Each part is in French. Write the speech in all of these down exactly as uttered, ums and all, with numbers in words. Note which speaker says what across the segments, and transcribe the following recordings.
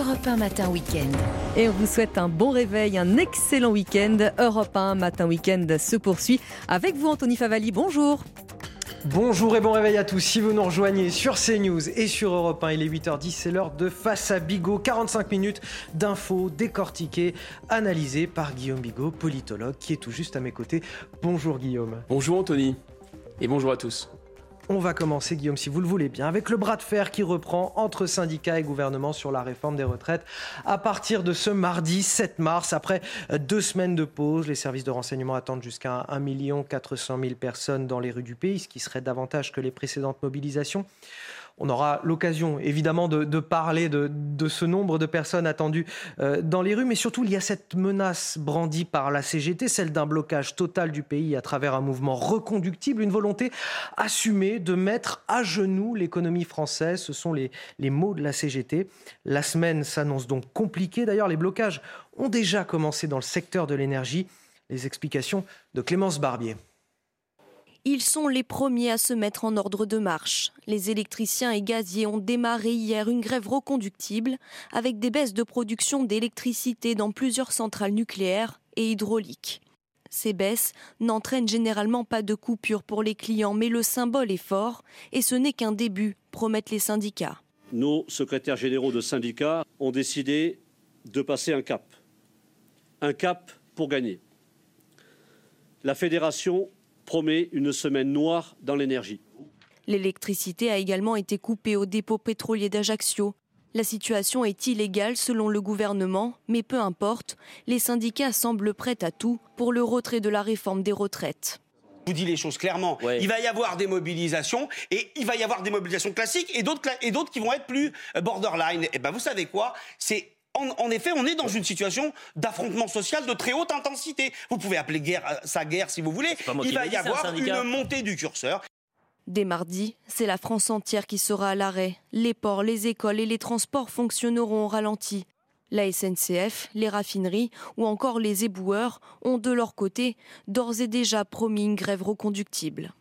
Speaker 1: Europe un Matin Week-end.
Speaker 2: Et on vous souhaite un bon réveil, un excellent week-end. Europe un Matin Week-end se poursuit avec vous, Anthony Favali. Bonjour.
Speaker 3: Bonjour et bon réveil à tous. Si vous nous rejoignez sur CNews et sur Europe un, il est huit heures dix, c'est l'heure de Face à Bigot. quarante-cinq minutes d'infos décortiquées, analysées par Guillaume Bigot, politologue, qui est tout juste à mes côtés. Bonjour Guillaume.
Speaker 4: Bonjour Anthony et bonjour à tous.
Speaker 3: On va commencer, Guillaume, si vous le voulez bien, avec le bras de fer qui reprend entre syndicats et gouvernement sur la réforme des retraites. À partir de ce mardi sept mars, après deux semaines de pause, les services de renseignement attendent jusqu'à un million quatre cent mille personnes dans les rues du pays, ce qui serait davantage que les précédentes mobilisations. On aura l'occasion, évidemment, de, de parler de, de ce nombre de personnes attendues euh, dans les rues. Mais surtout, il y a cette menace brandie par la C G T, celle d'un blocage total du pays à travers un mouvement reconductible, une volonté assumée de mettre à genoux l'économie française. Ce sont les, les mots de la C G T. La semaine s'annonce donc compliquée. D'ailleurs, les blocages ont déjà commencé dans le secteur de l'énergie. Les explications de Clémence Barbier.
Speaker 5: Ils sont les premiers à se mettre en ordre de marche. Les électriciens et gaziers ont démarré hier une grève reconductible avec des baisses de production d'électricité dans plusieurs centrales nucléaires et hydrauliques. Ces baisses n'entraînent généralement pas de coupure pour les clients, mais le symbole est fort et ce n'est qu'un début, promettent les syndicats.
Speaker 6: Nos secrétaires généraux de syndicats ont décidé de passer un cap. Un cap pour gagner. La fédération promet une semaine noire dans l'énergie.
Speaker 5: L'électricité a également été coupée au dépôt pétrolier d'Ajaccio. La situation est illégale selon le gouvernement, mais peu importe, les syndicats semblent prêts à tout pour le retrait de la réforme des retraites.
Speaker 7: Je vous dis les choses clairement, ouais. Il va y avoir des mobilisations et il va y avoir des mobilisations classiques et d'autres, et d'autres qui vont être plus borderline. Et ben vous savez quoi, c'est En, en effet, on est dans une situation d'affrontement social de très haute intensité. Vous pouvez appeler guerre, ça guerre si vous voulez. Il va y avoir une montée du curseur.
Speaker 5: Dès mardi, c'est la France entière qui sera à l'arrêt. Les ports, les écoles et les transports fonctionneront au ralenti. La S N C F, les raffineries ou encore les éboueurs ont de leur côté d'ores et déjà promis une grève reconductible.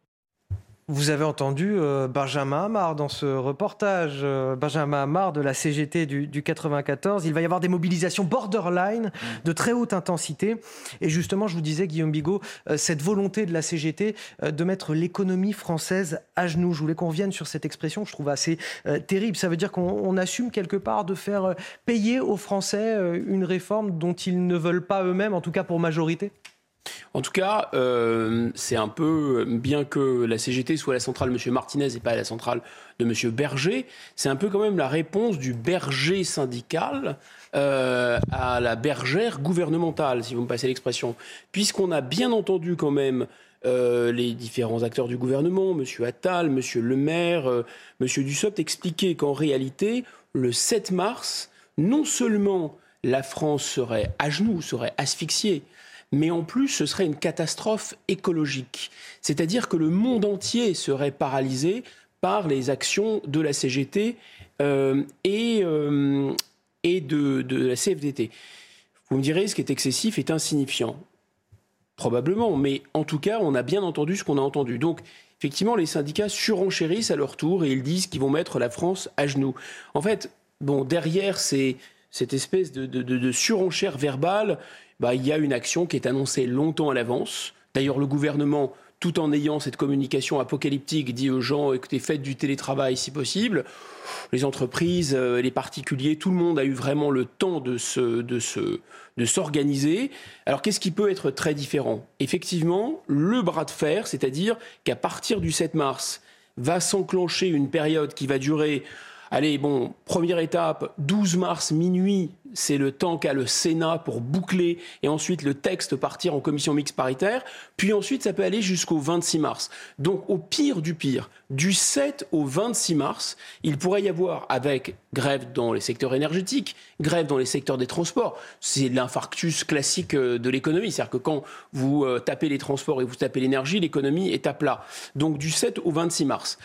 Speaker 3: Vous avez entendu euh, Benjamin Hamar dans ce reportage, euh, Benjamin Hamar de la C G T du, du quatre-vingt-quatorze. Il va y avoir des mobilisations borderline de très haute intensité. Et justement, je vous disais, Guillaume Bigot, euh, cette volonté de la C G T euh, de mettre l'économie française à genoux. Je voulais qu'on revienne sur cette expression que je trouve assez euh, terrible. Ça veut dire qu'on on assume quelque part de faire euh, payer aux Français euh, une réforme dont ils ne veulent pas eux-mêmes, en tout cas pour majorité.
Speaker 4: En tout cas, euh, c'est un peu, bien que la C G T soit la centrale de M. Martinez et pas la centrale de M. Berger, c'est un peu quand même la réponse du berger syndical euh, à la bergère gouvernementale, si vous me passez l'expression. Puisqu'on a bien entendu quand même euh, les différents acteurs du gouvernement, M. Attal, M. Le Maire, euh, M. Dussopt, expliquer qu'en réalité, le sept mars, non seulement la France serait à genoux, serait asphyxiée, mais en plus, ce serait une catastrophe écologique. C'est-à-dire que le monde entier serait paralysé par les actions de la C G T euh, et, euh, et de, de la C F D T. Vous me direz, ce qui est excessif est insignifiant. Probablement, mais en tout cas, on a bien entendu ce qu'on a entendu. Donc, effectivement, les syndicats surenchérissent à leur tour et ils disent qu'ils vont mettre la France à genoux. En fait, bon, derrière ces, cette espèce de, de, de, de surenchère verbale, bah, il y a une action qui est annoncée longtemps à l'avance. D'ailleurs, le gouvernement, tout en ayant cette communication apocalyptique, dit aux gens, écoutez, faites du télétravail si possible. Les entreprises, les particuliers, tout le monde a eu vraiment le temps de, se, de, se, de s'organiser. Alors, qu'est-ce qui peut être très différent ? Effectivement, le bras de fer, c'est-à-dire qu'à partir du sept mars, va s'enclencher une période qui va durer... Allez, bon, première étape, douze mars, minuit, c'est le temps qu'a le Sénat pour boucler et ensuite le texte partir en commission mixte paritaire. Puis ensuite, ça peut aller jusqu'au vingt-six mars. Donc, au pire du pire, du sept au vingt-six mars, il pourrait y avoir, avec grève dans les secteurs énergétiques, grève dans les secteurs des transports. C'est l'infarctus classique de l'économie. C'est-à-dire que quand vous tapez les transports et vous tapez l'énergie, l'économie est à plat. Donc, du sept au vingt-six mars.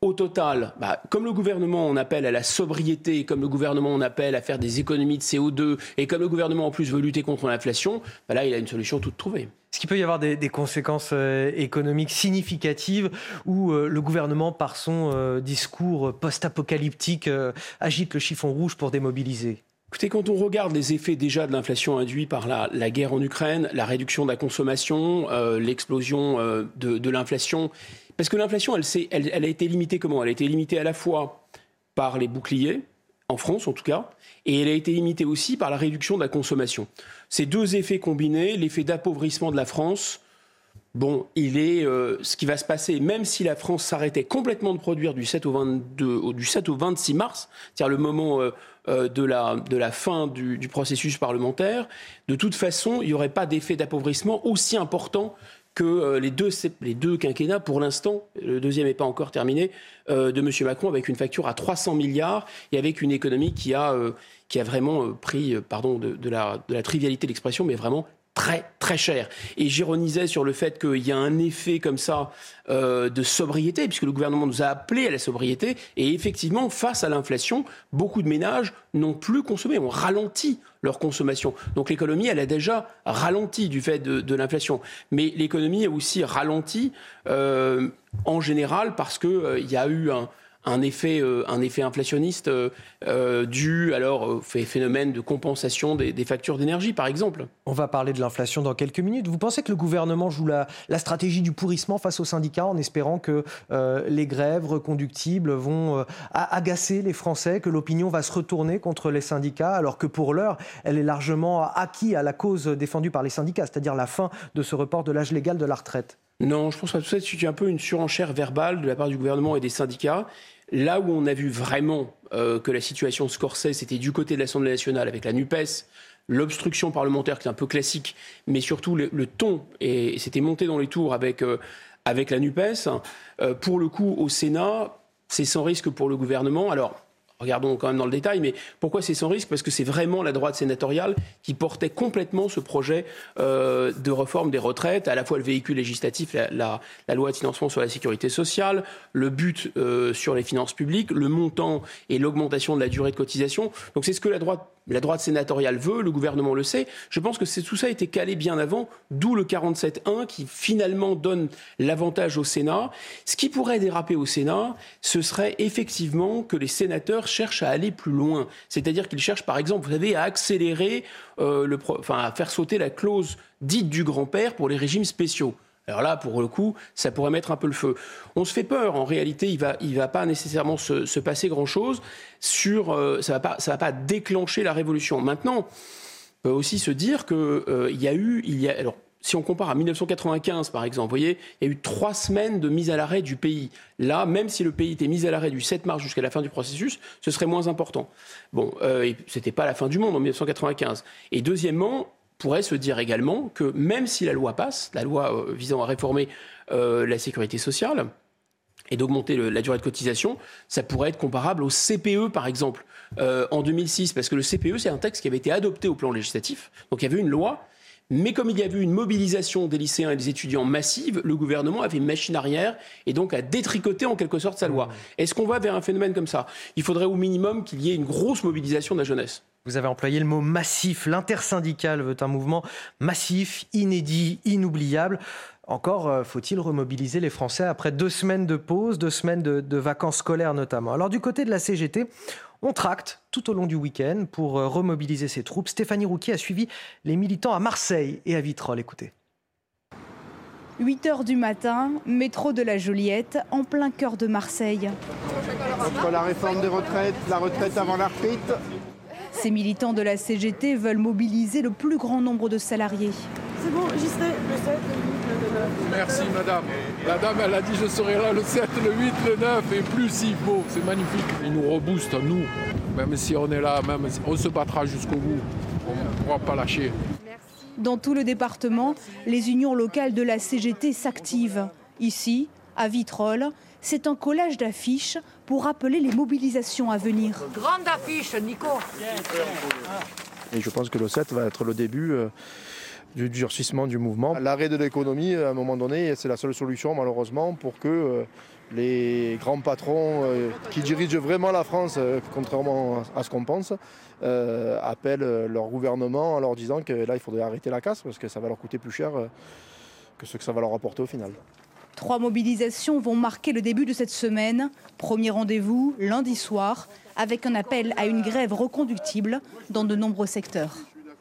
Speaker 4: Au total, bah, comme le gouvernement on appelle à la sobriété, comme le gouvernement on appelle à faire des économies de C O deux, et comme le gouvernement en plus veut lutter contre l'inflation, bah là il a une solution toute trouvée.
Speaker 3: Est-ce qu'il peut y avoir des, des conséquences euh, économiques significatives où euh, le gouvernement, par son euh, discours post-apocalyptique, euh, agite le chiffon rouge pour démobiliser ?
Speaker 4: Écoutez, quand on regarde les effets déjà de l'inflation induite par la, la guerre en Ukraine, la réduction de la consommation, euh, l'explosion euh, de, de l'inflation, parce que l'inflation, elle, elle, elle a été limitée comment ? Elle a été limitée à la fois par les boucliers, en France en tout cas, et elle a été limitée aussi par la réduction de la consommation. Ces deux effets combinés, l'effet d'appauvrissement de la France, bon, il est euh, ce qui va se passer, même si la France s'arrêtait complètement de produire du sept au vingt-deux, du sept au vingt-six mars, c'est-à-dire le moment euh, euh, de, la, de la fin du, du processus parlementaire, de toute façon, il n'y aurait pas d'effet d'appauvrissement aussi important que euh, les, deux, les deux quinquennats, pour l'instant, le deuxième n'est pas encore terminé, euh, de M. Macron, avec une facture à trois cents milliards et avec une économie qui a, euh, qui a vraiment euh, pris, euh, pardon de, de, la, de la trivialité de l'expression, mais vraiment très très cher. Et j'ironisais sur le fait qu'il y a un effet comme ça euh, de sobriété, puisque le gouvernement nous a appelés à la sobriété, et effectivement, face à l'inflation, beaucoup de ménages n'ont plus consommé, ont ralenti leur consommation. Donc l'économie, elle a déjà ralenti du fait de, de l'inflation. Mais l'économie a aussi ralenti euh, en général parce qu'il euh, y a eu un... Un effet, euh, un effet inflationniste euh, euh, dû alors au phénomène de compensation des, des factures d'énergie, par exemple.
Speaker 3: On va parler de l'inflation dans quelques minutes. Vous pensez que le gouvernement joue la, la stratégie du pourrissement face aux syndicats en espérant que euh, les grèves reconductibles vont euh, agacer les Français, que l'opinion va se retourner contre les syndicats, alors que pour l'heure, elle est largement acquise à la cause défendue par les syndicats, c'est-à-dire la fin de ce report de l'âge légal de la retraite?
Speaker 4: Non, je pense que tout ça, c'est un peu une surenchère verbale de la part du gouvernement et des syndicats. Là où on a vu vraiment euh, que la situation se corsait, c'était du côté de l'Assemblée nationale avec la NUPES, l'obstruction parlementaire qui est un peu classique, mais surtout le, le ton, et, et c'était monté dans les tours avec, euh, avec la NUPES. Euh, pour le coup, au Sénat, c'est sans risque pour le gouvernement. Alors, regardons quand même dans le détail, mais pourquoi c'est sans risque ? Parce que c'est vraiment la droite sénatoriale qui portait complètement ce projet euh, de réforme des retraites, à la fois le véhicule législatif, la, la, la loi de financement sur la sécurité sociale, le but euh, sur les finances publiques, le montant et l'augmentation de la durée de cotisation. Donc c'est ce que la droite, la droite sénatoriale veut, le gouvernement le sait. Je pense que c'est, tout ça a été calé bien avant, d'où le quarante-sept un qui finalement donne l'avantage au Sénat. Ce qui pourrait déraper au Sénat, ce serait effectivement que les sénateurs cherchent à aller plus loin. C'est-à-dire qu'ils cherchent, par exemple, vous savez, à accélérer, euh, le pro... enfin, à faire sauter la clause dite du grand-père pour les régimes spéciaux. Alors là, pour le coup, ça pourrait mettre un peu le feu. On se fait peur. En réalité, il va, il va pas nécessairement se, se passer grand-chose. Sur, euh, ça va pas, ça va pas déclencher la révolution. Maintenant, on peut aussi se dire que euh, il y a eu, il y a, alors, si on compare à dix-neuf cent quatre-vingt-quinze, par exemple, vous voyez, il y a eu trois semaines de mise à l'arrêt du pays. Là, même si le pays était mis à l'arrêt du sept mars jusqu'à la fin du processus, ce serait moins important. Bon, euh, c'était pas la fin du monde en dix-neuf cent quatre-vingt-quinze. Et deuxièmement, pourrait se dire également que même si la loi passe, la loi euh, visant à réformer euh, la sécurité sociale et d'augmenter le, la durée de cotisation, ça pourrait être comparable au C P E, par exemple, euh, en deux mille six, parce que le C P E, c'est un texte qui avait été adopté au plan législatif, donc il y avait une loi. Mais comme il y a eu une mobilisation des lycéens et des étudiants massive, le gouvernement a fait machine arrière et donc a détricoté en quelque sorte sa loi. Est-ce qu'on va vers un phénomène comme ça ? Il faudrait au minimum qu'il y ait une grosse mobilisation de la jeunesse.
Speaker 3: Vous avez employé le mot massif. L'intersyndicale veut un mouvement massif, inédit, inoubliable. Encore euh, faut-il remobiliser les Français après deux semaines de pause, deux semaines de, de vacances scolaires notamment. Alors du côté de la C G T, on tracte tout au long du week-end pour euh, remobiliser ses troupes. Stéphanie Rouquier a suivi les militants à Marseille et à Vitrolles. Écoutez.
Speaker 1: huit heures du matin, métro de la Joliette, en plein cœur de Marseille.
Speaker 8: Contre la réforme des retraites, la retraite avant la retraite.
Speaker 1: Ces militants de la C G T veulent mobiliser le plus grand nombre de salariés.
Speaker 9: C'est bon, j'y serai le sept, le huit, le neuf.
Speaker 10: Merci madame. La dame elle a dit je serai là le sept, le huit, le neuf et plus s'il faut. C'est magnifique. Ils nous reboostent, nous. Même si on est là, même si on se battra jusqu'au bout. On ne pourra pas lâcher.
Speaker 1: Dans tout le département, les unions locales de la C G T s'activent. Ici, à Vitrolles, c'est un collage d'affiches pour rappeler les mobilisations à venir.
Speaker 9: Grande affiche, Nico.
Speaker 8: Et je pense que le sept va être le début euh, du durcissement du mouvement. L'arrêt de l'économie, à un moment donné, c'est la seule solution, malheureusement, pour que euh, les grands patrons euh, qui dirigent vraiment la France, euh, contrairement à ce qu'on pense, euh, appellent leur gouvernement en leur disant que là, il faudrait arrêter la casse parce que ça va leur coûter plus cher euh, que ce que ça va leur apporter au final.
Speaker 1: Trois mobilisations vont marquer le début de cette semaine. Premier rendez-vous lundi soir, avec un appel à une grève reconductible dans de nombreux secteurs.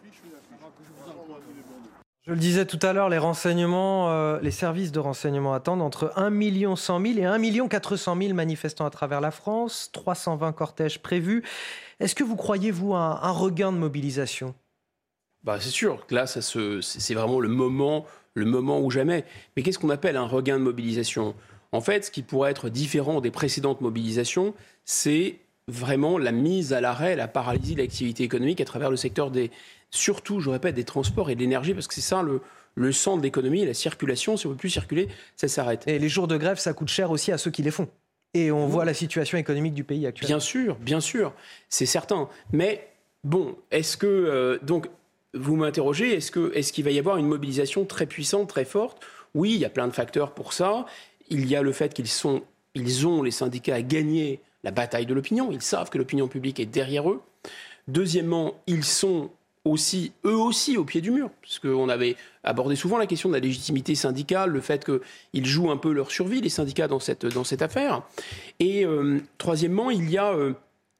Speaker 3: Je le disais tout à l'heure, les renseignements, euh, les services de renseignement attendent entre un million cent mille et un million quatre cent mille manifestants à travers la France, trois cent vingt cortèges prévus. Est-ce que vous croyez, vous, à un, un regain de mobilisation ?
Speaker 4: Bah, c'est sûr que là, ça se, c'est vraiment le moment, le moment ou jamais. Mais qu'est-ce qu'on appelle un regain de mobilisation ? En fait, ce qui pourrait être différent des précédentes mobilisations, c'est vraiment la mise à l'arrêt, la paralysie de l'activité économique à travers le secteur des... Surtout, je répète, des transports et de l'énergie, parce que c'est ça le, le centre de l'économie, la circulation. Si on ne peut plus circuler, ça s'arrête.
Speaker 3: Et les jours de grève, ça coûte cher aussi à ceux qui les font. Et on voit la situation économique du pays actuellement.
Speaker 4: Bien sûr, bien sûr, c'est certain. Mais bon, est-ce que... Euh, donc, vous m'interrogez, est-ce, que, est-ce qu'il va y avoir une mobilisation très puissante, très forte ? Oui, il y a plein de facteurs pour ça. Il y a le fait qu'ils sont, ils ont, les syndicats, à gagner la bataille de l'opinion. Ils savent que l'opinion publique est derrière eux. Deuxièmement, ils sont... aussi, eux aussi, au pied du mur. Parce qu'on avait abordé souvent la question de la légitimité syndicale, le fait qu'ils jouent un peu leur survie, les syndicats, dans cette, dans cette affaire. Et euh, troisièmement, il y a euh,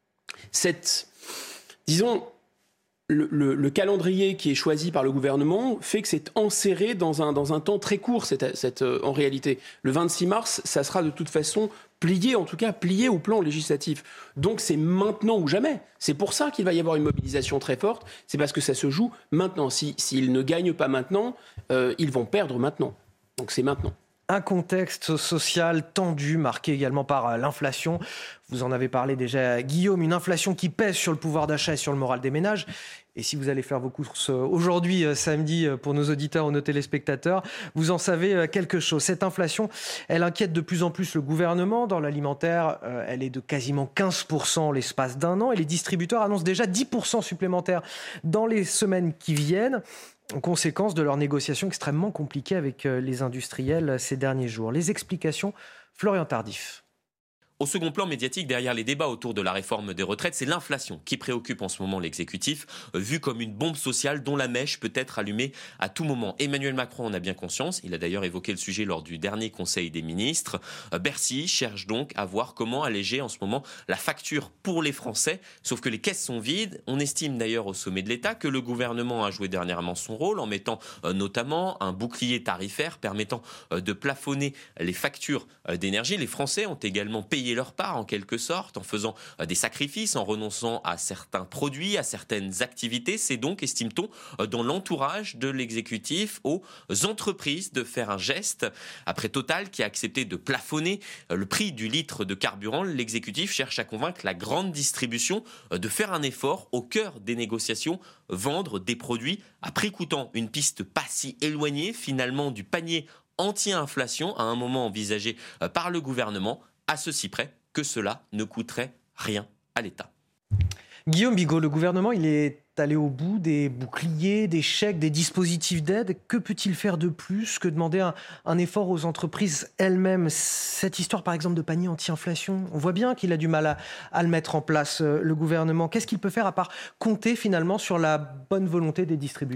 Speaker 4: cette... Disons, le, le, le calendrier qui est choisi par le gouvernement fait que c'est enserré dans un, dans un temps très court, cette, cette, euh, en réalité. Le vingt-six mars, ça sera de toute façon... plié, en tout cas, plié au plan législatif. Donc c'est maintenant ou jamais. C'est pour ça qu'il va y avoir une mobilisation très forte. C'est parce que ça se joue maintenant. Si, s'ils ne gagnent pas maintenant, euh, ils vont perdre maintenant. Donc c'est maintenant.
Speaker 3: Un contexte social tendu, marqué également par l'inflation. Vous en avez parlé déjà, Guillaume, une inflation qui pèse sur le pouvoir d'achat et sur le moral des ménages. Et si vous allez faire vos courses aujourd'hui, samedi, pour nos auditeurs ou nos téléspectateurs, vous en savez quelque chose. Cette inflation, elle inquiète de plus en plus le gouvernement. Dans l'alimentaire, elle est de quasiment quinze pour cent en l'espace d'un an. Et les distributeurs annoncent déjà dix pour cent supplémentaires dans les semaines qui viennent, en conséquence de leurs négociations extrêmement compliquées avec les industriels ces derniers jours. Les explications, Florian Tardif.
Speaker 11: Au second plan médiatique, derrière les débats autour de la réforme des retraites, c'est l'inflation qui préoccupe en ce moment l'exécutif, vue comme une bombe sociale dont la mèche peut être allumée à tout moment. Emmanuel Macron en a bien conscience, il a d'ailleurs évoqué le sujet lors du dernier Conseil des ministres. Bercy cherche donc à voir comment alléger en ce moment la facture pour les Français, sauf que les caisses sont vides. On estime d'ailleurs au sommet de l'État que le gouvernement a joué dernièrement son rôle en mettant notamment un bouclier tarifaire permettant de plafonner les factures d'énergie. Les Français ont également payé leur part en quelque sorte, en faisant des sacrifices, en renonçant à certains produits, à certaines activités. C'est donc, estime-t-on, dans l'entourage de l'exécutif aux entreprises de faire un geste. Après Total, qui a accepté de plafonner le prix du litre de carburant, l'exécutif cherche à convaincre la grande distribution de faire un effort au cœur des négociations, vendre des produits à prix coûtant. Une piste pas si éloignée finalement du panier anti-inflation à un moment envisagé par le gouvernement, à ceci près que cela ne coûterait rien à l'État.
Speaker 3: Guillaume Bigot, le gouvernement, il est allé au bout des boucliers, des chèques, des dispositifs d'aide. Que peut-il faire de plus que demander un, un effort aux entreprises elles-mêmes ? Cette histoire, par exemple, de panier anti-inflation, on voit bien qu'il a du mal à, à le mettre en place, euh, le gouvernement. Qu'est-ce qu'il peut faire à part compter finalement sur la bonne volonté des distributeurs ?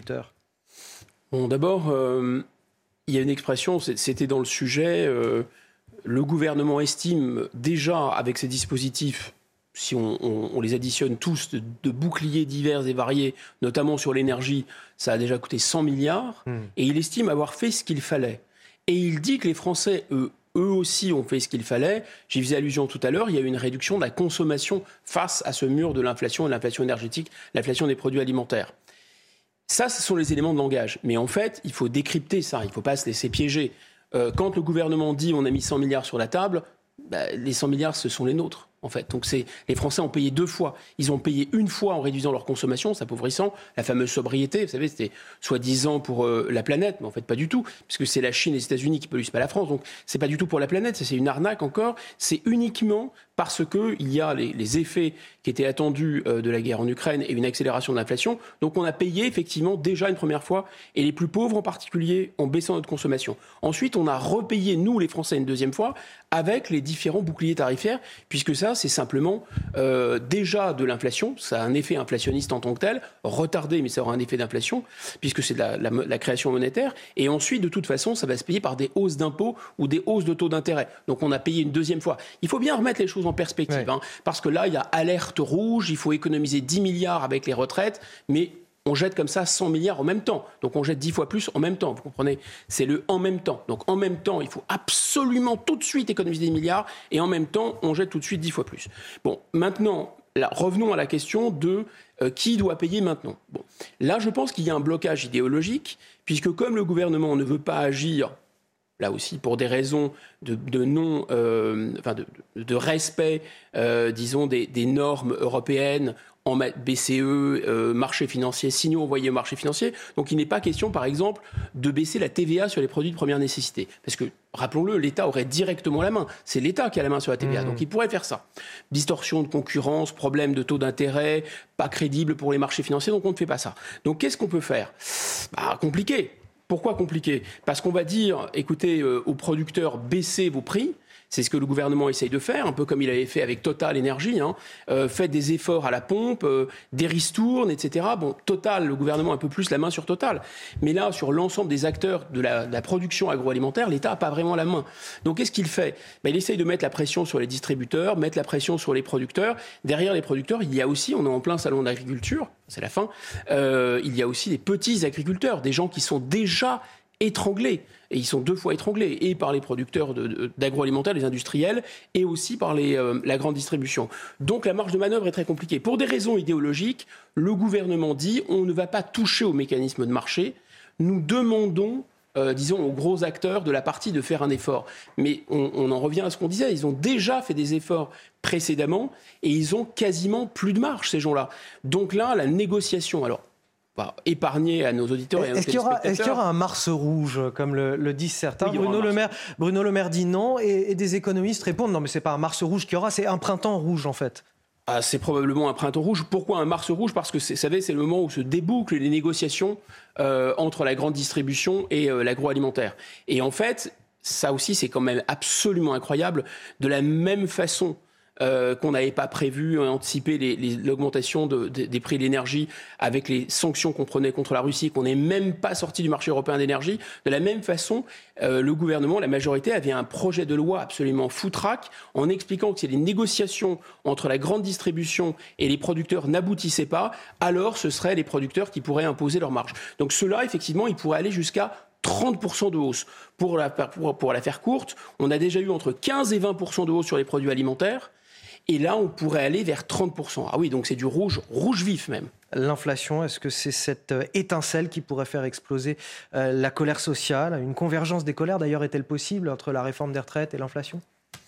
Speaker 4: Bon, d'abord, euh, il y a une expression, c'était dans le sujet... Euh, Le gouvernement estime déjà, avec ces dispositifs, si on, on, on les additionne tous, de, de boucliers divers et variés, notamment sur l'énergie, ça a déjà coûté cent milliards, mmh. et il estime avoir fait ce qu'il fallait. Et il dit que les Français, eux, eux aussi ont fait ce qu'il fallait. J'y faisais allusion tout à l'heure, il y a eu une réduction de la consommation face à ce mur de l'inflation et l'inflation énergétique, l'inflation des produits alimentaires. Ça, ce sont les éléments de langage. Mais en fait, il faut décrypter ça, il ne faut pas se laisser piéger. Euh, quand le gouvernement dit on a mis cent milliards sur la table, bah, les cent milliards, ce sont les nôtres. en fait. Donc c'est, les Français ont payé deux fois. Ils ont payé une fois en réduisant leur consommation, s'appauvrissant, la fameuse sobriété, vous savez, c'était soi-disant pour euh, la planète, mais en fait pas du tout, puisque c'est la Chine et les États-Unis qui polluent, pas la France. Donc c'est pas du tout pour la planète, c'est une arnaque encore. C'est uniquement parce qu'il y a les, les effets qui étaient attendus euh, de la guerre en Ukraine et une accélération de l'inflation. Donc on a payé effectivement déjà une première fois, et les plus pauvres en particulier, en baissant notre consommation. Ensuite, on a repayé, nous les Français, une deuxième fois, avec les différents boucliers tarifaires, puisque ça, c'est simplement euh, déjà de l'inflation. Ça a un effet inflationniste en tant que tel, retardé, mais ça aura un effet d'inflation, puisque c'est de la, la, la création monétaire. Et ensuite, de toute façon, ça va se payer par des hausses d'impôts ou des hausses de taux d'intérêt. Donc on a payé une deuxième fois. Il faut bien remettre les choses en perspective, ouais. hein, parce que là, il y a alerte rouge, il faut économiser dix milliards avec les retraites, mais on jette comme ça cent milliards en même temps. Donc on jette dix fois plus en même temps, vous comprenez ? C'est le en même temps. Donc en même temps, il faut absolument tout de suite économiser des milliards, et en même temps, on jette tout de suite dix fois plus. Bon, maintenant, là, revenons à la question de euh, qui doit payer maintenant. Bon, là, je pense qu'il y a un blocage idéologique, puisque comme le gouvernement ne veut pas agir, là aussi pour des raisons de, de non, euh, enfin de, de respect, euh, disons, des, des normes européennes, en B C E, euh, marché financier, signaux envoyés au marché financier. Donc il n'est pas question, par exemple, de baisser la T V A sur les produits de première nécessité. Parce que, rappelons-le, l'État aurait directement la main. C'est l'État qui a la main sur la T V A. Mmh. Donc il pourrait faire ça. Distorsion de concurrence, problème de taux d'intérêt, pas crédible pour les marchés financiers, donc on ne fait pas ça. Donc qu'est-ce qu'on peut faire ? Bah, compliqué. Pourquoi compliqué ? Parce qu'on va dire, écoutez, euh, aux producteurs, baissez vos prix. C'est ce que le gouvernement essaye de faire, un peu comme il avait fait avec Total Énergie. Hein. Euh, faites des efforts à la pompe, euh, des ristournes, et cetera. Bon, Total, le gouvernement a un peu plus la main sur Total. Mais là, sur l'ensemble des acteurs de la, de la production agroalimentaire, l'État n'a pas vraiment la main. Donc, qu'est-ce qu'il fait ? Ben, il essaye de mettre la pression sur les distributeurs, mettre la pression sur les producteurs. Derrière les producteurs, il y a aussi, on est en plein salon d'agriculture, c'est la fin, euh, il y a aussi des petits agriculteurs, des gens qui sont déjà étranglés. Et ils sont deux fois étranglés, et par les producteurs de, de, d'agroalimentaire, les industriels, et aussi par les, euh, la grande distribution. Donc la marge de manœuvre est très compliquée. Pour des raisons idéologiques, le gouvernement dit on ne va pas toucher au mécanisme de marché. Nous demandons, euh, disons, aux gros acteurs de la partie de faire un effort. Mais on, on en revient à ce qu'on disait, ils ont déjà fait des efforts précédemment, et ils ont quasiment plus de marge, ces gens-là. Donc là, la négociation... alors. épargner à nos auditeurs et à nos
Speaker 3: est-ce qu'il y aura,
Speaker 4: téléspectateurs.
Speaker 3: Est-ce qu'il y aura un Mars rouge, comme le, le disent certains ?
Speaker 4: Oui,
Speaker 3: Bruno Le Maire, Bruno Le Maire dit non, et, et des économistes répondent non, mais c'est pas un Mars rouge qu'il y aura, c'est un printemps rouge en fait.
Speaker 4: Ah, c'est probablement un printemps rouge. Pourquoi un Mars rouge ? Parce que, vous savez, c'est le moment où se débouclent les négociations euh, entre la grande distribution et euh, l'agroalimentaire. Et en fait, ça aussi, c'est quand même absolument incroyable. De la même façon Euh, qu'on n'avait pas prévu, euh, anticiper les, les, l'augmentation de, de, des prix de l'énergie avec les sanctions qu'on prenait contre la Russie, qu'on n'est même pas sorti du marché européen d'énergie. De la même façon, euh, le gouvernement, la majorité, avait un projet de loi absolument foutraque en expliquant que si les négociations entre la grande distribution et les producteurs n'aboutissaient pas, alors ce seraient les producteurs qui pourraient imposer leur marge. Donc ceux-là, effectivement, ils pourraient aller jusqu'à trente pour cent de hausse. Pour la, pour, pour la faire courte, on a déjà eu entre quinze et vingt pour cent de hausse sur les produits alimentaires. Et là, on pourrait aller vers trente pour cent. Ah oui, donc c'est du rouge, rouge vif même.
Speaker 3: L'inflation, est-ce que c'est cette étincelle qui pourrait faire exploser euh, la colère sociale ? Une convergence des colères, d'ailleurs, est-elle possible entre la réforme des retraites et l'inflation ?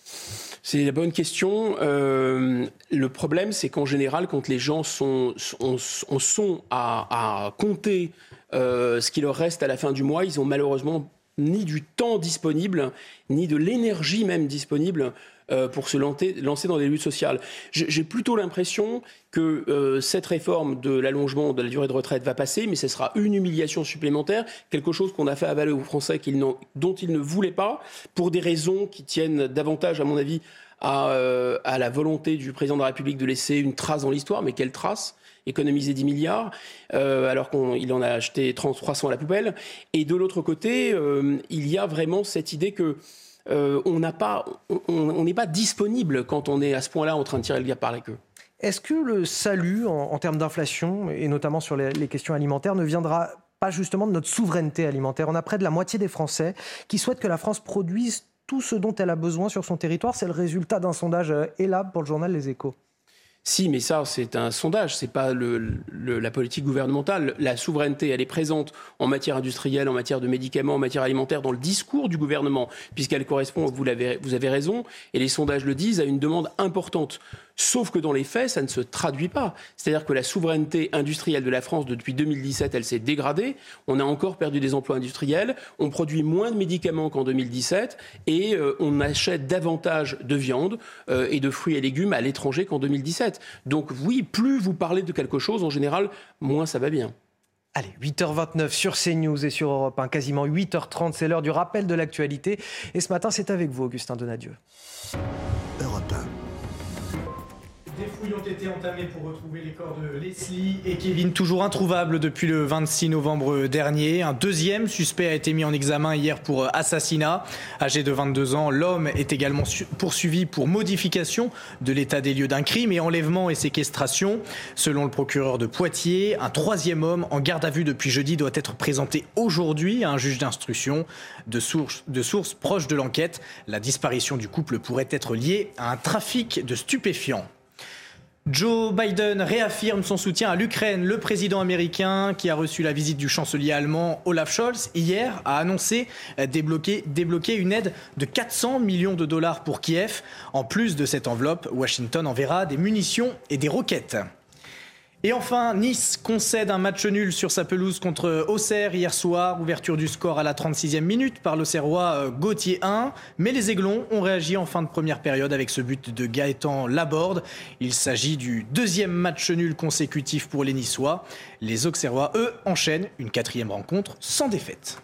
Speaker 4: C'est la bonne question. Euh, le problème, c'est qu'en général, quand les gens sont, sont, sont à, à compter euh, ce qui leur reste à la fin du mois, ils ont malheureusement ni du temps disponible, ni de l'énergie même disponible euh, pour se lancer, lancer dans des luttes sociales. J'ai plutôt l'impression que euh, cette réforme de l'allongement de la durée de retraite va passer, mais ce sera une humiliation supplémentaire, quelque chose qu'on a fait avaler aux Français qu'ils dont ils ne voulaient pas, pour des raisons qui tiennent davantage, à mon avis, à, euh, à la volonté du président de la République de laisser une trace dans l'histoire. Mais quelle trace ? Économiser dix milliards, euh, alors qu'il en a acheté trois cents à la poubelle. Et de l'autre côté, euh, il y a vraiment cette idée que euh, on n'a pas, on n'est pas disponible quand on est à ce point-là en train de tirer le diable par la queue.
Speaker 3: Est-ce que le salut en, en termes d'inflation, et notamment sur les, les questions alimentaires, ne viendra pas justement de notre souveraineté alimentaire ? On a près de la moitié des Français qui souhaitent que la France produise tout ce dont elle a besoin sur son territoire. C'est le résultat d'un sondage Elabe pour le journal Les Échos.
Speaker 4: Si, mais ça, c'est un sondage, c'est pas le, le, la politique gouvernementale. La souveraineté, elle est présente en matière industrielle, en matière de médicaments, en matière alimentaire, dans le discours du gouvernement, puisqu'elle correspond, vous, l'avez, vous avez raison, et les sondages le disent, à une demande importante. Sauf que dans les faits, ça ne se traduit pas. C'est-à-dire que la souveraineté industrielle de la France, depuis deux mille dix-sept, elle s'est dégradée. On a encore perdu des emplois industriels. On produit moins de médicaments qu'en deux mille dix-sept. Et euh, on achète davantage de viande euh, et de fruits et légumes à l'étranger qu'en deux mille dix-sept. Donc oui, plus vous parlez de quelque chose, en général, moins ça va bien.
Speaker 3: Allez, huit heures vingt-neuf sur CNews et sur Europe un, quasiment huit heures trente, c'est l'heure du rappel de l'actualité. Et ce matin, c'est avec vous, Augustin Donadieu.
Speaker 12: Europe un.
Speaker 13: Des fouilles ont été entamées pour retrouver les corps de Leslie et Kevin, toujours introuvables depuis le vingt-six novembre dernier. Un deuxième suspect a été mis en examen hier pour assassinat. Âgé de vingt-deux ans, l'homme est également poursuivi pour modification de l'état des lieux d'un crime et enlèvement et séquestration. Selon le procureur de Poitiers, un troisième homme en garde à vue depuis jeudi doit être présenté aujourd'hui à un juge d'instruction. De sources, de sources proches de l'enquête, la disparition du couple pourrait être liée à un trafic de stupéfiants. Joe Biden réaffirme son soutien à l'Ukraine. Le président américain, qui a reçu la visite du chancelier allemand Olaf Scholz hier, a annoncé débloquer, débloquer une aide de quatre cents millions de dollars pour Kiev. En plus de cette enveloppe, Washington enverra des munitions et des roquettes. Et enfin, Nice concède un match nul sur sa pelouse contre Auxerre hier soir. Ouverture du score à la trente-sixième minute par l'Auxerrois Gauthier un. Mais les Aiglons ont réagi en fin de première période avec ce but de Gaëtan Laborde. Il s'agit du deuxième match nul consécutif pour les Niçois. Les Auxerrois, eux, enchaînent une quatrième rencontre sans défaite.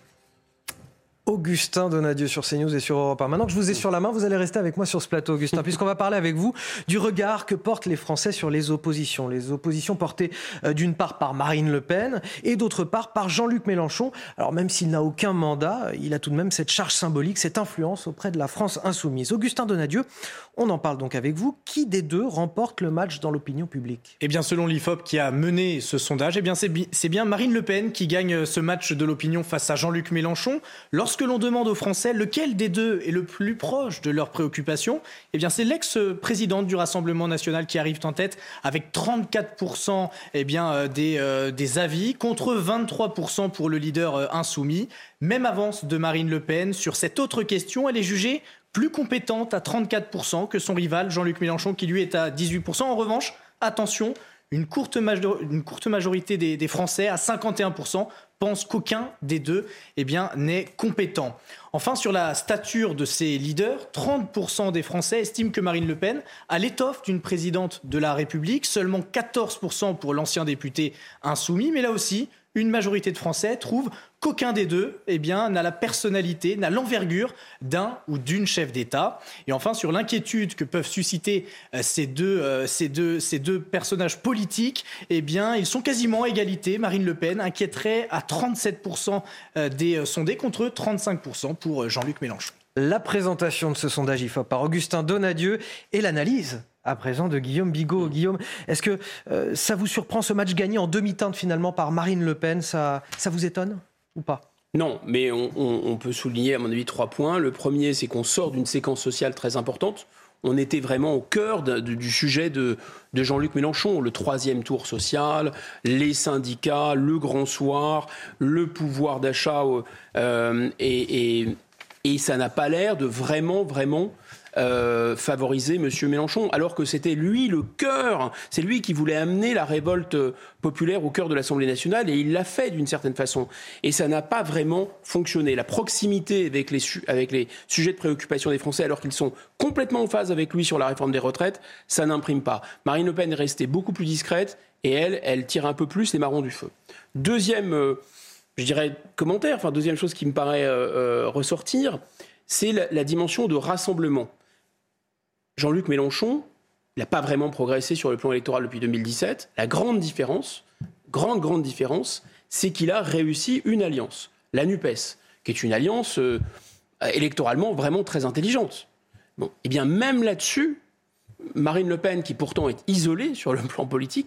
Speaker 3: Augustin Donadieu sur CNews et sur Europe un. Maintenant que je vous ai sur la main, vous allez rester avec moi sur ce plateau, Augustin, puisqu'on va parler avec vous du regard que portent les Français sur les oppositions. Les oppositions portées euh, d'une part par Marine Le Pen et d'autre part par Jean-Luc Mélenchon. Alors même s'il n'a aucun mandat, il a tout de même cette charge symbolique, cette influence auprès de la France insoumise. Augustin Donadieu, on en parle donc avec vous. Qui des deux remporte le match dans l'opinion publique ?
Speaker 13: Eh bien, selon l'I F O P qui a mené ce sondage, eh bien, c'est, bi- c'est bien Marine Le Pen qui gagne ce match de l'opinion face à Jean-Luc Mélenchon. Lorsque l'on demande aux Français lequel des deux est le plus proche de leurs préoccupations, eh bien, c'est l'ex-présidente du Rassemblement national qui arrive en tête avec trente-quatre pour cent eh bien, des, euh, des avis contre vingt-trois pour cent pour le leader euh, insoumis. Même avance de Marine Le Pen sur cette autre question, elle est jugée plus compétente à trente-quatre pour cent que son rival Jean-Luc Mélenchon qui lui est à dix-huit pour cent. En revanche, attention, une courte, major- une courte majorité des, des Français à cinquante et un pour cent pensent qu'aucun des deux eh bien, n'est compétent. Enfin, sur la stature de ces leaders, trente pour cent des Français estiment que Marine Le Pen a l'étoffe d'une présidente de la République, seulement quatorze pour cent pour l'ancien député insoumis, mais là aussi, une majorité de Français trouve qu'aucun des deux eh bien, n'a la personnalité, n'a l'envergure d'un ou d'une chef d'État. Et enfin, sur l'inquiétude que peuvent susciter euh, ces, deux, euh, ces, deux, ces deux personnages politiques, eh bien, ils sont quasiment à égalité. Marine Le Pen inquiéterait à trente-sept pour cent des euh, sondés contre trente-cinq pour cent pour Jean-Luc Mélenchon.
Speaker 3: La présentation de ce sondage I F O P par Augustin Donadieu et l'analyse à présent de Guillaume Bigot. Guillaume, est-ce que euh, ça vous surprend ce match gagné en demi-teinte finalement par Marine Le Pen ? Ça, ça vous étonne ou pas ?
Speaker 4: Non, mais on, on, on peut souligner à mon avis trois points. Le premier, c'est qu'on sort d'une séquence sociale très importante. On était vraiment au cœur de, de, du sujet de, de Jean-Luc Mélenchon, le troisième tour social, les syndicats, le grand soir, le pouvoir d'achat, euh, et, et, et ça n'a pas l'air de vraiment, vraiment euh, favoriser M. Mélenchon, alors que c'était lui le cœur, c'est lui qui voulait amener la révolte populaire au cœur de l'Assemblée nationale, et il l'a fait d'une certaine façon. Et ça n'a pas vraiment fonctionné. La proximité avec les, su- avec les sujets de préoccupation des Français, alors qu'ils sont complètement en phase avec lui sur la réforme des retraites, ça n'imprime pas. Marine Le Pen est restée beaucoup plus discrète, et elle, elle tire un peu plus les marrons du feu. Deuxième, euh, je dirais, commentaire, enfin deuxième chose qui me paraît euh, euh, ressortir, c'est la, la dimension de rassemblement. Jean-Luc Mélenchon, il n'a pas vraiment progressé sur le plan électoral depuis deux mille dix-sept. La grande différence, grande, grande différence, c'est qu'il a réussi une alliance, la NUPES, qui est une alliance euh, électoralement vraiment très intelligente. Bon, eh bien, même là-dessus, Marine Le Pen, qui pourtant est isolée sur le plan politique,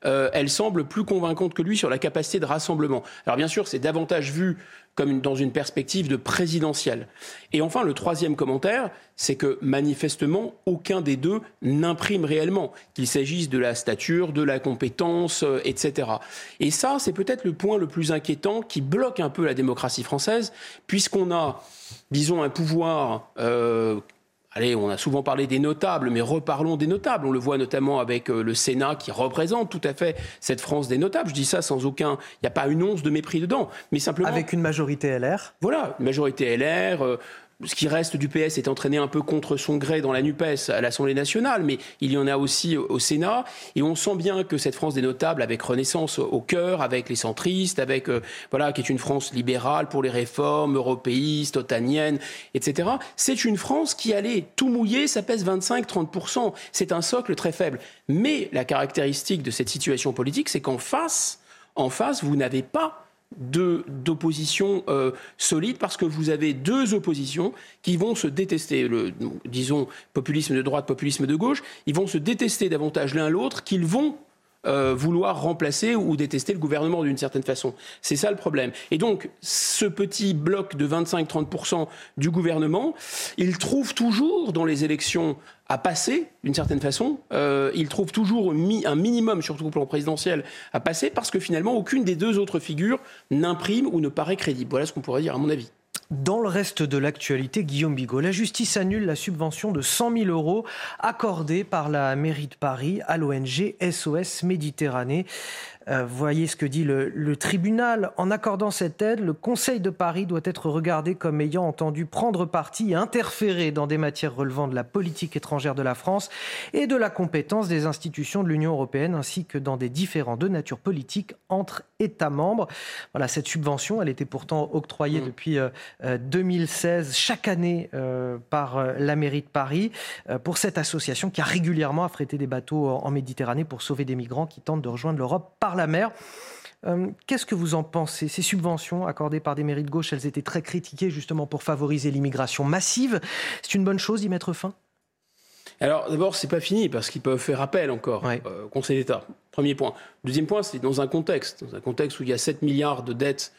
Speaker 4: euh, elle semble plus convaincante que lui sur la capacité de rassemblement. Alors bien sûr, c'est davantage vu comme une, dans une perspective de présidentielle. Et enfin, le troisième commentaire, c'est que manifestement, aucun des deux n'imprime réellement, qu'il s'agisse de la stature, de la compétence, euh, et cetera. Et ça, c'est peut-être le point le plus inquiétant qui bloque un peu la démocratie française, puisqu'on a, disons, un pouvoir... Euh, Allez, on a souvent parlé des notables, mais reparlons des notables. On le voit notamment avec le Sénat qui représente tout à fait cette France des notables. Je dis ça sans aucun... Il n'y a pas une once de mépris dedans, mais simplement...
Speaker 3: Avec une majorité L R.
Speaker 4: Voilà, une majorité L R... Euh, ce qui reste du P S est entraîné un peu contre son gré dans la NUPES à l'Assemblée nationale, mais il y en a aussi au Sénat. Et on sent bien que cette France des notables, avec Renaissance au cœur, avec les centristes, avec euh, voilà, qui est une France libérale pour les réformes, européiste, otanienne, et cetera, c'est une France qui, allait tout mouiller, ça pèse vingt-cinq à trente pour cent. C'est un socle très faible. Mais la caractéristique de cette situation politique, c'est qu'en face, en face, vous n'avez pas De, d'opposition euh, solide, parce que vous avez deux oppositions qui vont se détester, le, disons populisme de droite, populisme de gauche, ils vont se détester davantage l'un l'autre qu'ils vont euh, vouloir remplacer ou détester le gouvernement d'une certaine façon. C'est ça le problème. Et donc, ce petit bloc de vingt-cinq à trente pour cent du gouvernement, il trouve toujours dans les élections à passer, d'une certaine façon. Euh, il trouve toujours mi- un minimum, surtout au plan présidentiel, à passer, parce que finalement, aucune des deux autres figures n'imprime ou ne paraît crédible. Voilà ce qu'on pourrait dire, à mon avis.
Speaker 3: Dans le reste de l'actualité, Guillaume Bigot, la justice annule la subvention de cent mille euros accordée par la mairie de Paris à l'O N G S O S Méditerranée. Euh, voyez ce que dit le, le tribunal. En accordant cette aide, le Conseil de Paris doit être regardé comme ayant entendu prendre parti et interférer dans des matières relevant de la politique étrangère de la France et de la compétence des institutions de l'Union européenne, ainsi que dans des différends de nature politique entre États membres. Voilà, cette subvention, elle était pourtant octroyée mmh. depuis euh, deux mille seize, chaque année euh, par euh, la mairie de Paris, euh, pour cette association qui a régulièrement affrété des bateaux en, en Méditerranée pour sauver des migrants qui tentent de rejoindre l'Europe par la mer. Euh, qu'est-ce que vous en pensez ? Ces subventions accordées par des mairies de gauche, elles étaient très critiquées justement pour favoriser l'immigration massive. C'est une bonne chose d'y mettre fin ?
Speaker 4: Alors d'abord, c'est pas fini parce qu'ils peuvent faire appel encore ouais. euh, au Conseil d'État. Premier point. Deuxième point, c'est dans un contexte, dans un contexte où il y a sept milliards de dettes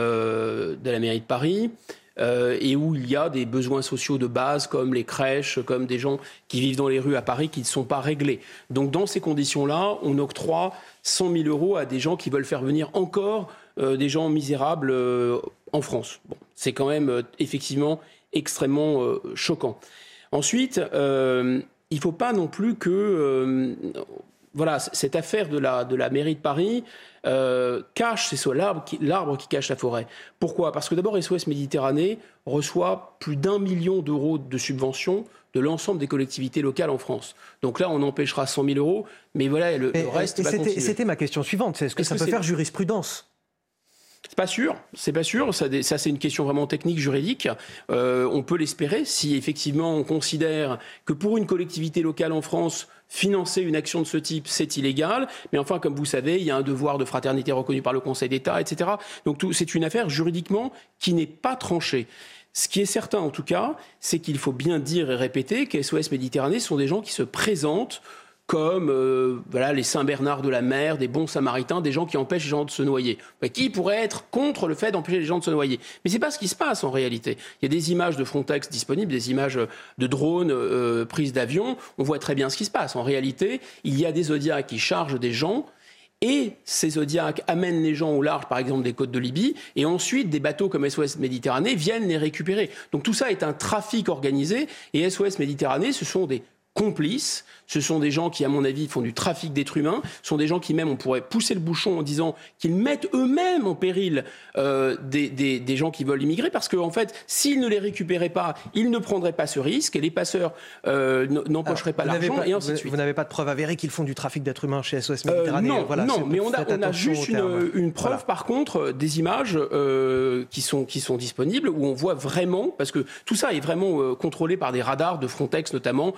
Speaker 4: euh, de la mairie de Paris. Euh, et où il y a des besoins sociaux de base comme les crèches, comme des gens qui vivent dans les rues à Paris qui ne sont pas réglés. Donc dans ces conditions-là, on octroie cent mille euros à des gens qui veulent faire venir encore euh, des gens misérables euh, en France. Bon, c'est quand même euh, effectivement extrêmement euh, choquant. Ensuite, euh, il ne faut pas non plus que... Euh, voilà, cette affaire de la, de la mairie de Paris euh, cache, c'est ça, l'arbre qui, l'arbre qui cache la forêt. Pourquoi ? Parce que d'abord, S O S Méditerranée reçoit plus d'un million d'euros de subventions de l'ensemble des collectivités locales en France. Donc là, on empêchera cent mille euros, mais voilà, le,
Speaker 3: et,
Speaker 4: le reste
Speaker 3: et
Speaker 4: va
Speaker 3: c'était,
Speaker 4: continuer.
Speaker 3: C'était ma question suivante, c'est est-ce que est-ce ça que peut c'est... faire jurisprudence ?
Speaker 4: C'est pas sûr, c'est pas sûr. Ça, ça, c'est une question vraiment technique, juridique. Euh, on peut l'espérer si effectivement on considère que pour une collectivité locale en France, financer une action de ce type, c'est illégal. Mais enfin, comme vous savez, il y a un devoir de fraternité reconnu par le Conseil d'État, et cetera. Donc tout, c'est une affaire juridiquement qui n'est pas tranchée. Ce qui est certain, en tout cas, c'est qu'il faut bien dire et répéter que S O S Méditerranée sont des gens qui se présentent comme euh, voilà, les Saint-Bernard de la mer, des bons samaritains, des gens qui empêchent les gens de se noyer. Enfin, qui pourrait être contre le fait d'empêcher les gens de se noyer ? Mais ce n'est pas ce qui se passe en réalité. Il y a des images de Frontex disponibles, des images de drones euh, prises d'avion. On voit très bien ce qui se passe. En réalité, il y a des Zodiacs qui chargent des gens. Et ces Zodiacs amènent les gens au large, par exemple, des côtes de Libye, et ensuite des bateaux comme S O S Méditerranée viennent les récupérer. Donc tout ça est un trafic organisé, et S O S Méditerranée, ce sont des complices, ce sont des gens qui, à mon avis, font du trafic d'êtres humains, ce sont des gens qui même, on pourrait pousser le bouchon en disant qu'ils mettent eux-mêmes en péril euh, des, des, des gens qui veulent immigrer, parce qu'en en fait, s'ils ne les récupéraient pas, ils ne prendraient pas ce risque, et les passeurs euh, n'empocheraient pas l'argent,
Speaker 3: pas,
Speaker 4: et ainsi
Speaker 3: vous,
Speaker 4: de suite.
Speaker 3: Vous n'avez pas de preuve avérée qu'ils font du trafic d'êtres humains chez S O S Méditerranée ?
Speaker 4: euh, Non,
Speaker 3: voilà,
Speaker 4: non mais on a, on a juste une, une preuve,
Speaker 3: voilà.
Speaker 4: Par contre, des images euh, qui, sont, qui sont disponibles, où on voit vraiment, parce que tout ça est vraiment euh, contrôlé par des radars de Frontex notamment, mais aussi